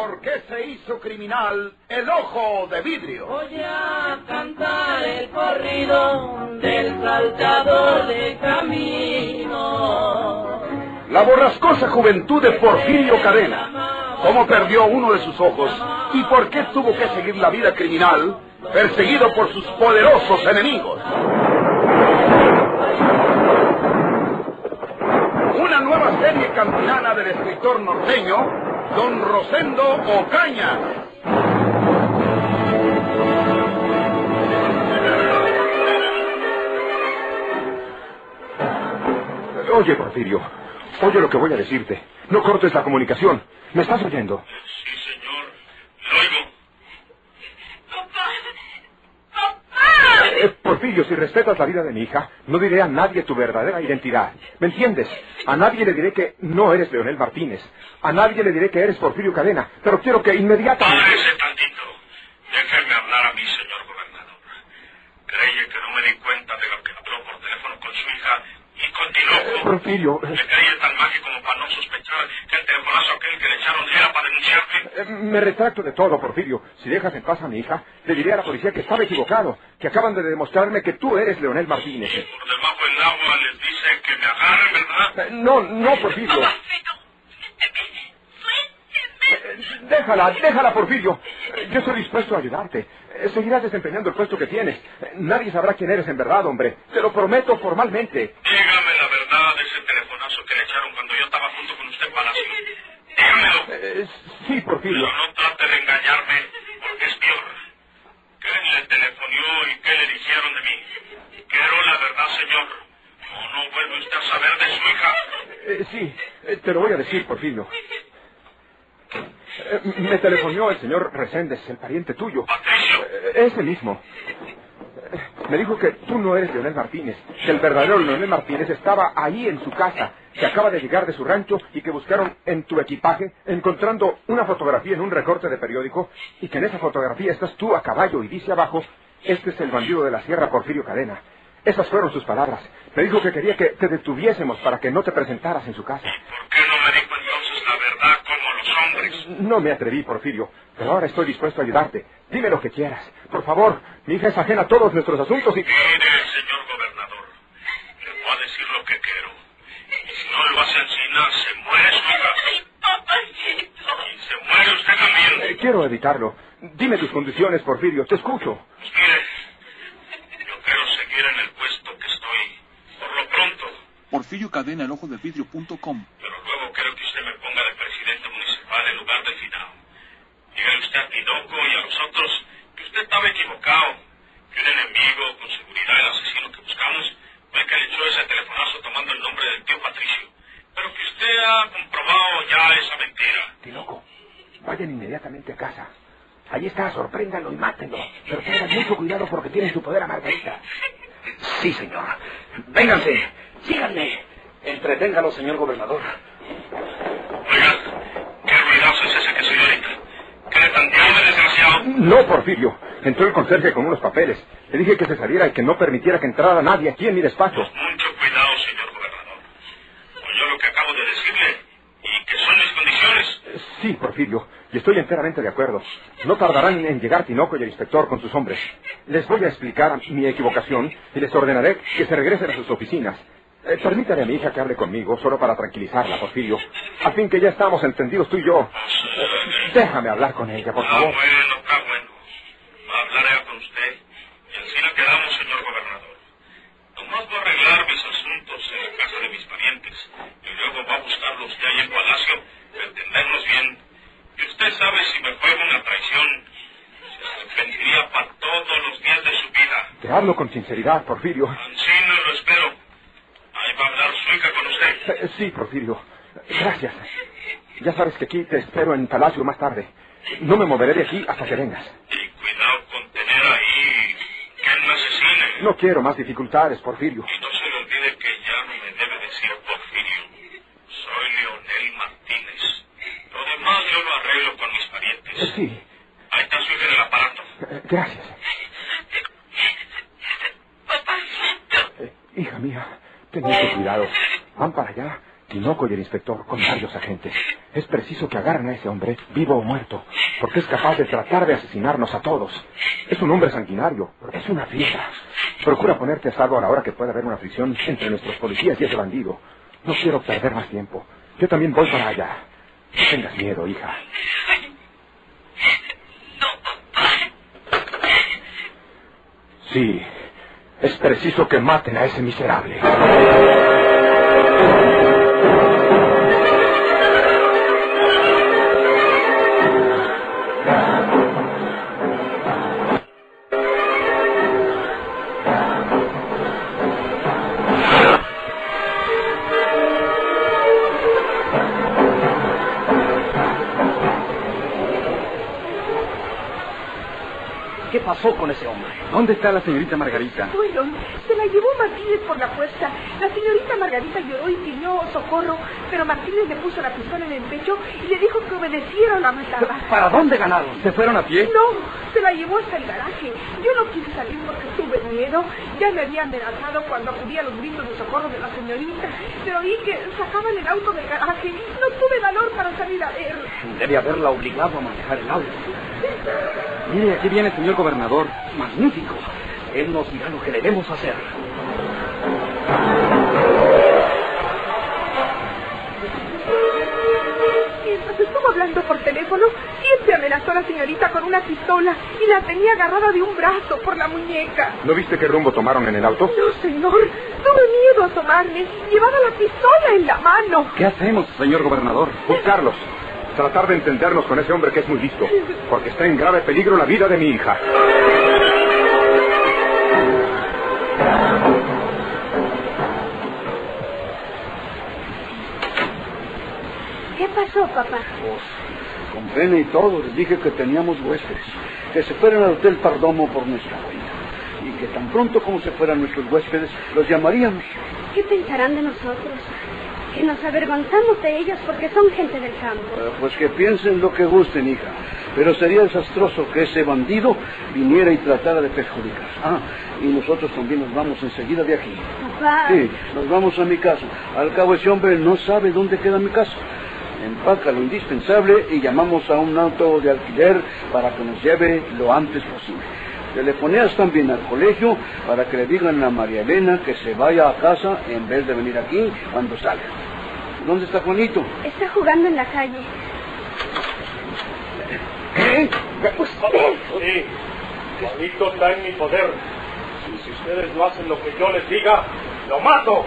por qué se hizo criminal el Ojo de Vidrio. Voy a cantar el corrido del salteador de camino. La borrascosa juventud de Porfirio Cadena. Cómo perdió uno de sus ojos y por qué tuvo que seguir la vida criminal, perseguido por sus poderosos enemigos. Una nueva serie campilana del escritor norteño, don Rosendo Ocaña. Oye, Porfirio, oye lo que voy a decirte. No cortes la comunicación. ¿Me estás oyendo? Sí, señor. Le oigo. ¡Papá! Porfirio, si respetas la vida de mi hija, no diré a nadie tu verdadera identidad. ¿Me entiendes? A nadie le diré que no eres Leonel Martínez. A nadie le diré que eres Porfirio Cadena. Pero quiero que inmediatamente... Párese tantito. Déjeme hablar a mí, señor gobernador. Creye que no me di cuenta de lo que habló por teléfono con su hija y con Tinoco. Porfirio... ¿Le creí tan mágico como para no sospechar que el telefonazo aquel que le echaron era para denunciarte? Me retracto de todo, Porfirio. Si dejas en paz a mi hija, le diré a la policía que estaba equivocado, que acaban de demostrarme que tú eres Leonel Martínez. Por debajo del agua les dice que me agarren, ¿verdad? No, Porfirio. Déjala, Porfirio. Yo estoy dispuesto a ayudarte. Seguirás desempeñando el puesto que tienes. Nadie sabrá quién eres en verdad, hombre. Te lo prometo formalmente. Dígame la verdad de ese telefonazo que le echaron cuando yo estaba junto con usted, Palacio. Dígamelo. Sí, Porfirio. Pero no trate de engañarme, porque es peor. ¿Quién le telefonió y qué le dijeron de mí? Quiero la verdad, señor. ¿O no vuelve usted a saber de su hija? Sí, te lo voy a decir, Porfirio. Me telefonó el señor Reséndez, el pariente tuyo. ¿Patricio? Ese mismo. Me dijo que tú no eres Leonel Martínez, que el verdadero Leonel Martínez estaba ahí en su casa, que acaba de llegar de su rancho y que buscaron en tu equipaje, encontrando una fotografía en un recorte de periódico, y que en esa fotografía estás tú a caballo y dice abajo, este es el bandido de la sierra Porfirio Cadena. Esas fueron sus palabras. Me dijo que quería que te detuviésemos para que no te presentaras en su casa. ¿Por qué no me dijo entonces la verdad como los hombres? No me atreví, Porfirio, pero ahora estoy dispuesto a ayudarte. Dime lo que quieras. Por favor, mi hija es ajena a todos nuestros asuntos y... Mire, señor gobernador, le voy a decir lo que quiero. Y si no lo hace encima, se muere su hija. ¡Ay, papacito! Y se muere usted también. quiero evitarlo. Dime tus condiciones, Porfirio, te escucho. Pues mire, yo quiero seguir en el puesto que estoy, por lo pronto. Porfirio Cadena, elojodedvidrio.com. Pero luego quiero que usted me ponga de presidente municipal en lugar del finado. Dígale usted a Tinoco y a los otros que usted estaba equivocado, que un enemigo, con seguridad el asesino que buscamos, fue el que le echó ese telefonazo tomando el nombre del tío Patricio. Pero que usted ha comprobado ya esa mentira. Tinoco, vayan inmediatamente a casa. Allí está, sorpréndanlo y mátenlo. Pero tengan mucho cuidado porque tienen su poder a Margarita. Sí, señor. Vénganse, síganme. Entreténgalo, señor gobernador. Oiga, qué ruidazo es ese que soy ahorita. ¿Qué le tanteame, desgraciado? No, Porfirio. Entró el conserje con unos papeles. Le dije que se saliera y que no permitiera que entrara nadie aquí en mi despacho. Mucho cuidado, señor gobernador. Oyó lo que acabo de decirle y que son mis condiciones. Sí, Porfirio, y estoy enteramente de acuerdo. No tardarán en llegar Tinoco y el inspector con sus hombres. Les voy a explicar mi equivocación y les ordenaré que se regresen a sus oficinas. Permítale a mi hija que hable conmigo, solo para tranquilizarla, Porfirio. A fin que ya estamos entendidos tú y yo. Déjame hablar con ella, por favor. Está bueno. Hablaré con usted y así le quedamos, señor gobernador. Nomás voy a arreglar mis asuntos en la casa de mis parientes y luego va a buscarlo usted ahí en Palacio, entendernos bien. Y usted sabe si me juega una traición, se arrepentiría para todos los días de su vida. Te hablo con sinceridad, Porfirio. Así no lo espero. Ahí va a hablar su hija con usted. Sí, Porfirio. Gracias. Ya sabes que aquí te espero en Palacio más tarde. No me moveré de aquí hasta que vengas. Y cuidado con tener ahí quien me asesine. No quiero más dificultades, Porfirio. Y no se le olvide que ya no me debe decir Porfirio. Soy Leonel Martínez. Lo demás yo lo arreglo con mis parientes. Sí. Ahí está su hija en el aparato. Gracias. Papacito. Hija mía, ten mucho cuidado. Van para allá Tinoco y el inspector con varios agentes. Es preciso que agarren a ese hombre, vivo o muerto, porque es capaz de tratar de asesinarnos a todos. Es un hombre sanguinario, es una fiera. Procura ponerte a salvo a la hora que pueda haber una fricción entre nuestros policías y ese bandido. No quiero perder más tiempo. Yo también voy para allá. No tengas miedo, hija. No, papá. Sí, es preciso que maten a ese miserable. ¿Qué pasó con ese hombre? ¿Dónde está la señorita Margarita? Fueron, se la llevó Martínez por la fuerza. La señorita Margarita lloró y pidió socorro, pero Martínez le puso la pistola en el pecho y le dijo que obedeciera o la mataba. ¿Para dónde ganaron? ¿Se fueron a pie? No, se la llevó hasta el garaje. Yo no quise salir porque tuve miedo. Ya me había amenazado cuando acudí a los gritos de socorro de la señorita, pero vi que sacaban el auto del garaje. No tuve valor para salir a ver. Debe haberla obligado a manejar el auto. Mire, aquí viene el señor gobernador. Magnífico. Él nos dirá lo que debemos hacer. Mientras estuvo hablando por teléfono, siempre amenazó a la señorita con una pistola y la tenía agarrada de un brazo por la muñeca. ¿No viste qué rumbo tomaron en el auto? No, señor. Tuve miedo a asomarme. Llevaba la pistola en la mano. ¿Qué hacemos, señor gobernador? Buscarlos. Tratar de entendernos con ese hombre que es muy listo, porque está en grave peligro la vida de mi hija. ¿Qué pasó, papá? Pues, con pena y todo, les dije que teníamos huéspedes, que se fueran al Hotel Pardomo por nuestra cuenta, y que tan pronto como se fueran nuestros huéspedes, los llamaríamos. ¿Qué pensarán de nosotros? Que nos avergonzamos de ellos porque son gente del campo. Pues que piensen lo que gusten, hija. Pero sería desastroso que ese bandido viniera y tratara de perjudicar. Y nosotros también nos vamos enseguida de aquí. Papá. Sí, nos vamos a mi casa. Al cabo ese hombre no sabe dónde queda mi casa. Empaca lo indispensable y llamamos a un auto de alquiler para que nos lleve lo antes posible. Telefoneas también al colegio para que le digan a María Elena que se vaya a casa en vez de venir aquí cuando salga. ¿Dónde está Juanito? Está jugando en la calle. ¿Qué? Sí, Juanito está en mi poder. Y si ustedes no hacen lo que yo les diga, ¡lo mato!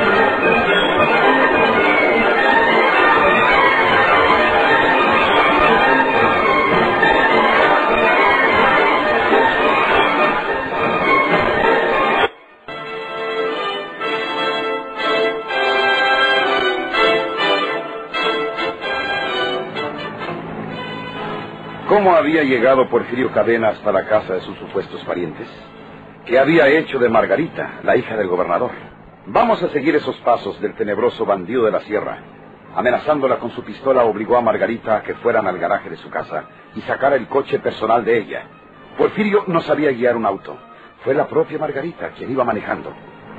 ¿Cómo había llegado Porfirio Cadena hasta la casa de sus supuestos parientes? ¿Qué había hecho de Margarita, la hija del gobernador? Vamos a seguir esos pasos del tenebroso bandido de la sierra. Amenazándola con su pistola, obligó a Margarita a que fueran al garaje de su casa y sacara el coche personal de ella. Porfirio no sabía guiar un auto. Fue la propia Margarita quien iba manejando.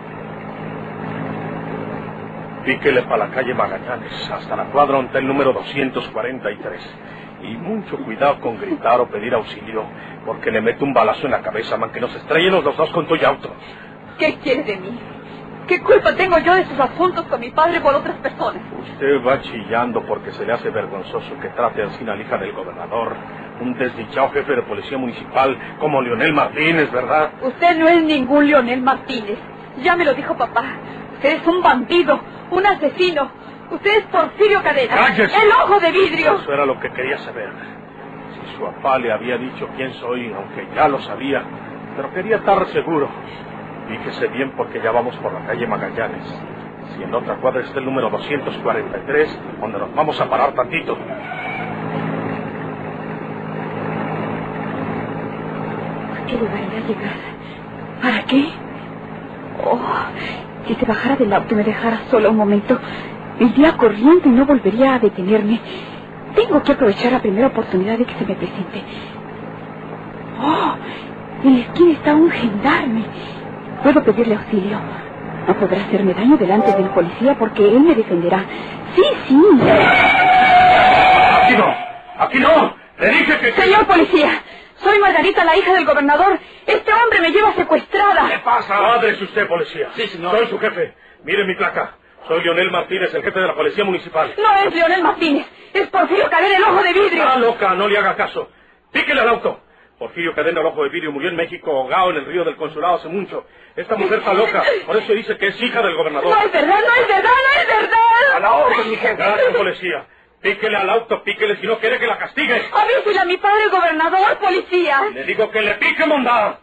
Píquele para la calle Magallanes, hasta la cuadra hotel número 243. Y mucho cuidado con gritar o pedir auxilio, porque le mete un balazo en la cabeza, man, que nos estrellen los dos con tu auto. ¿Qué quiere de mí? ¿Qué culpa tengo yo de sus asuntos con mi padre por otras personas? Usted va chillando porque se le hace vergonzoso que trate así a la hija del gobernador, un desdichado jefe de policía municipal como Leonel Martínez, ¿verdad? Usted no es ningún Leonel Martínez. Ya me lo dijo papá. Usted es un bandido, un asesino. Usted es Porfirio Cadena. ¡Cállese! ¡El ojo de vidrio! Eso era lo que quería saber. Si su papá le había dicho quién soy, aunque ya lo sabía, pero quería estar seguro. Fíjese bien porque ya vamos por la calle Magallanes. Si en otra cuadra está el número 243, donde nos vamos a parar tantito. ¿A qué lugar irá a llegar? ¿Para qué? Oh, si se bajara del auto y me dejara sola un momento, iría corriendo y no volvería a detenerme. Tengo que aprovechar la primera oportunidad de que se me presente. Oh, en la esquina está un gendarme. Puedo pedirle auxilio. No podrá hacerme daño delante del policía porque él me defenderá. Sí, sí. Aquí no. Aquí no. Le dije que... Señor policía, soy Margarita, la hija del gobernador. Este hombre me lleva secuestrada. ¿Qué pasa? Padre, usted, policía. Sí, señor. Soy su jefe. Mire mi placa. Soy Leonel Martínez, el jefe de la policía municipal. No es Leonel Martínez, es Porfirio Cadena, el ojo de vidrio. ¡Ah, loca! No le haga caso. Píquele al auto. Porfirio Cadena, el ojo de vidrio, murió en México ahogado en el río del Consulado hace mucho. Esta mujer está loca, por eso dice que es hija del gobernador. No es verdad, no es verdad, no es verdad. A la orden, mi jefe. Gracias, policía. Píquele al auto, píquele si no quiere que la castigue. Avísele a mi padre, gobernador, policía. Le digo que le pique, mondá.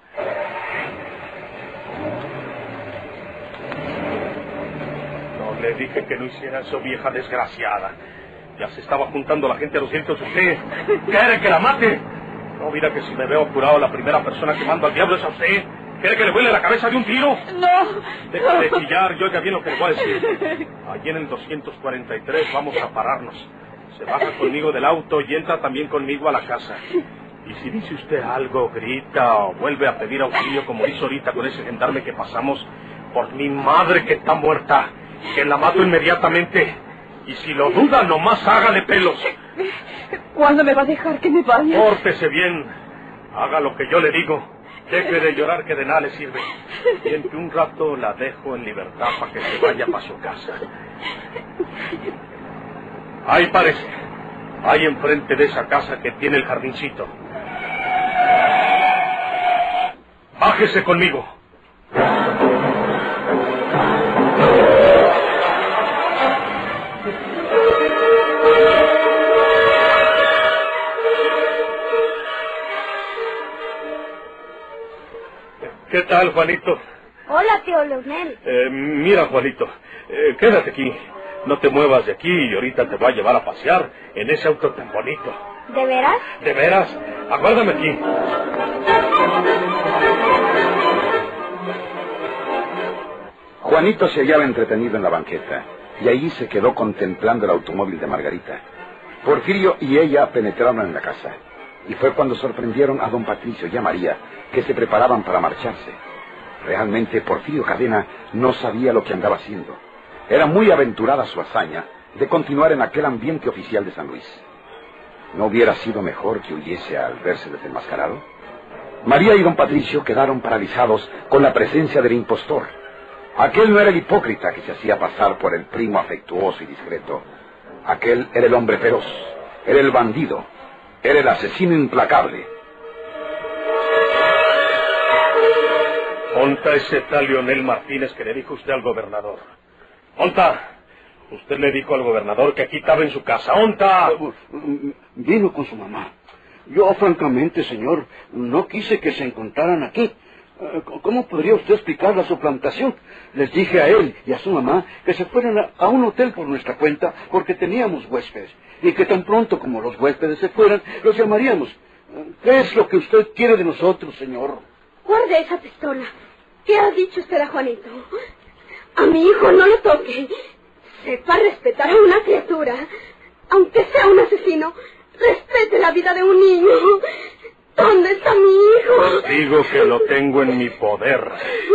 No le dije que no hiciera eso, vieja desgraciada. Ya se estaba juntando la gente a los gritos. ¿Usted quiere que la mate? No, mira que si me veo curado, la primera persona que mando al diablo es a usted. ¿Quiere que le vuele la cabeza de un tiro? No. Deja de chillar, yo oiga bien lo que le voy a decir. Allí en el 243 vamos a pararnos. Se baja conmigo del auto y entra también conmigo a la casa. Y si dice usted algo, grita o vuelve a pedir auxilio como hizo ahorita con ese gendarme que pasamos, por mi madre que está muerta, que la mato inmediatamente. Y si lo duda, nomás hágale pelos. ¿Cuándo me va a dejar que me vaya? Pórtese bien. Haga lo que yo le digo. Deje de llorar que de nada le sirve. Y en que un rato la dejo en libertad para que se vaya para su casa. Ahí parece. Ahí enfrente de esa casa que tiene el jardincito. Bájese conmigo. ¿Qué tal, Juanito? Hola, tío Leonel. Mira, Juanito, quédate aquí. No te muevas de aquí y ahorita te voy a llevar a pasear en ese auto tan bonito. ¿De veras? ¿De veras? Aguárdame aquí. Juanito se hallaba entretenido en la banqueta y allí se quedó contemplando el automóvil de Margarita. Porfirio y ella penetraron en la casa y fue cuando sorprendieron a don Patricio y a María, que se preparaban para marcharse. Realmente Porfirio Cadena no sabía lo que andaba haciendo. Era muy aventurada su hazaña de continuar en aquel ambiente oficial de San Luis. ¿No hubiera sido mejor que huyese al verse desenmascarado? María y don Patricio quedaron paralizados con la presencia del impostor. Aquel no era el hipócrita que se hacía pasar por el primo afectuoso y discreto. Aquel era el hombre feroz, era el bandido, era el asesino implacable. ¿Onta ese tal Leonel Martínez que le dijo usted al gobernador? ¿Onta? Usted le dijo al gobernador que aquí estaba en su casa. ¿Onta? Vino con su mamá. Yo, francamente, señor, no quise que se encontraran aquí. ¿Cómo podría usted explicar la suplantación? Les dije a él y a su mamá que se fueran a un hotel por nuestra cuenta porque teníamos huéspedes. Y que tan pronto como los huéspedes se fueran, los llamaríamos. ¿Qué es lo que usted quiere de nosotros, señor? Guarde esa pistola. ¿Qué ha dicho usted a Juanito? A mi hijo no lo toque. Sepa respetar a una criatura. Aunque sea un asesino, respete la vida de un niño. ¿Dónde está mi hijo? Les digo que lo tengo en mi poder.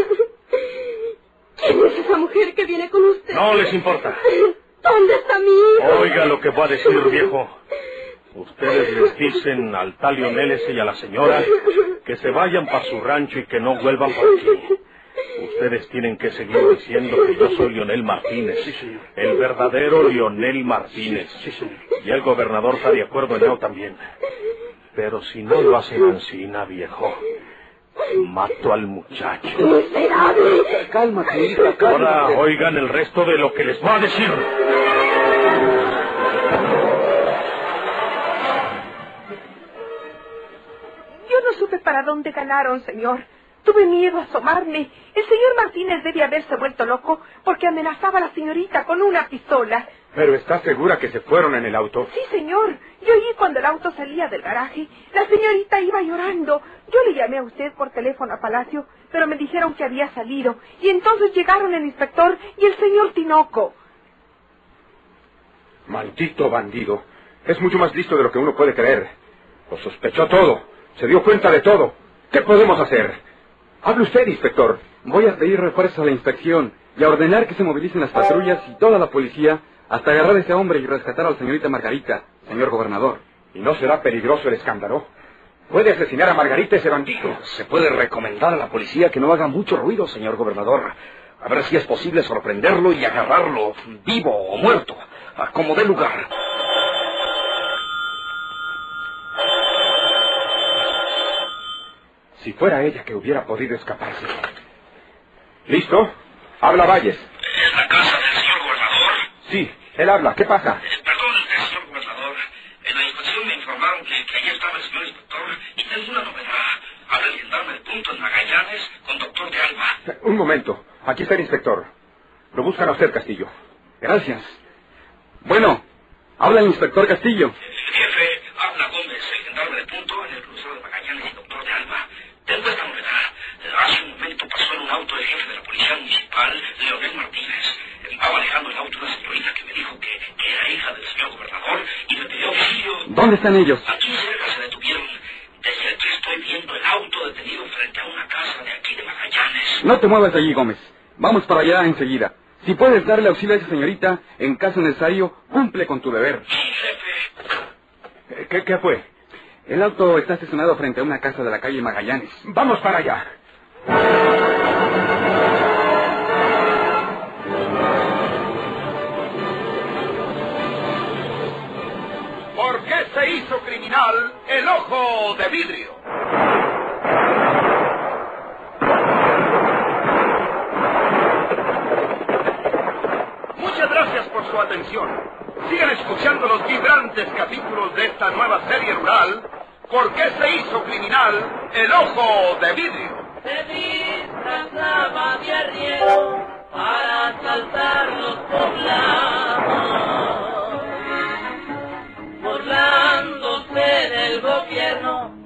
¿Quién es esa mujer que viene con usted? No les importa. ¿Dónde está mi hijo? Oiga lo que voy a decir, viejo. Ustedes les dicen al tal Leonel ese y a la señora que se vayan para su rancho y que no vuelvan por aquí. Ustedes tienen que seguir diciendo que yo soy Leonel Martínez, el verdadero Leonel Martínez. Y el gobernador está de acuerdo en ello también. Pero si no lo hacen ansina, viejo, mato al muchacho. ¡Miserable! Cálmate, hija, cálmate. Ahora oigan el resto de lo que les voy a decir. Yo no supe para dónde ganaron, señor. Tuve miedo a asomarme. El señor Martínez debe haberse vuelto loco porque amenazaba a la señorita con una pistola. ¿Pero estás segura que se fueron en el auto? Sí, señor. Yo oí cuando el auto salía del garaje. La señorita iba llorando. Yo le llamé a usted por teléfono a Palacio, pero me dijeron que había salido. Y entonces llegaron el inspector y el señor Tinoco. Maldito bandido. Es mucho más listo de lo que uno puede creer. Lo sospechó todo. Se dio cuenta de todo. ¿Qué podemos hacer? Hable usted, inspector. Voy a pedir refuerzos a la inspección y a ordenar que se movilicen las patrullas y toda la policía hasta agarrar a ese hombre y rescatar a la señorita Margarita, señor gobernador. ¿Y no será peligroso el escándalo? Puede asesinar a Margarita ese bandido. Se puede recomendar a la policía que no haga mucho ruido, señor gobernador. A ver si es posible sorprenderlo y agarrarlo, vivo o muerto, a como dé lugar. Si fuera ella que hubiera podido escaparse. ¿Listo? Habla Valles. ¿Es la casa del señor gobernador? Sí, él habla. ¿Qué pasa? Perdón, señor gobernador. En la inspección me informaron que allí estaba el señor inspector y tengo una novedad. Habla el gendarme de punto en Magallanes con doctor de Alba. Un momento. Aquí está el inspector. Lo buscan a usted, Castillo. Gracias. Bueno, habla el inspector Castillo. Jefe, habla Gómez, el gendarme de punto en el crucero de Magallanes y doctor de Alba. Tengo esta novedad. Hace un momento pasó en un auto el jefe de la policía municipal, Leonel Martínez. Va manejando el auto una señorita que me dijo que era hija del señor gobernador y me pidió auxilio. ¿Dónde están ellos? Aquí cerca se detuvieron. Desde aquí estoy viendo el auto detenido frente a una casa de aquí de Magallanes. No te muevas de allí, Gómez. Vamos para allá enseguida. Si puedes darle auxilio a esa señorita, en caso necesario, cumple con tu deber. Sí, jefe. ¿Qué fue? El auto está estacionado frente a una casa de la calle Magallanes. Vamos para allá. ¿Por qué se hizo criminal el ojo de vidrio? Muchas gracias por su atención. Sigan escuchando los vibrantes capítulos de esta nueva serie rural. ¿Por qué se hizo criminal el ojo de vidrio? Se disfrazaba de arriero para asaltar los poblados, burlándose del gobierno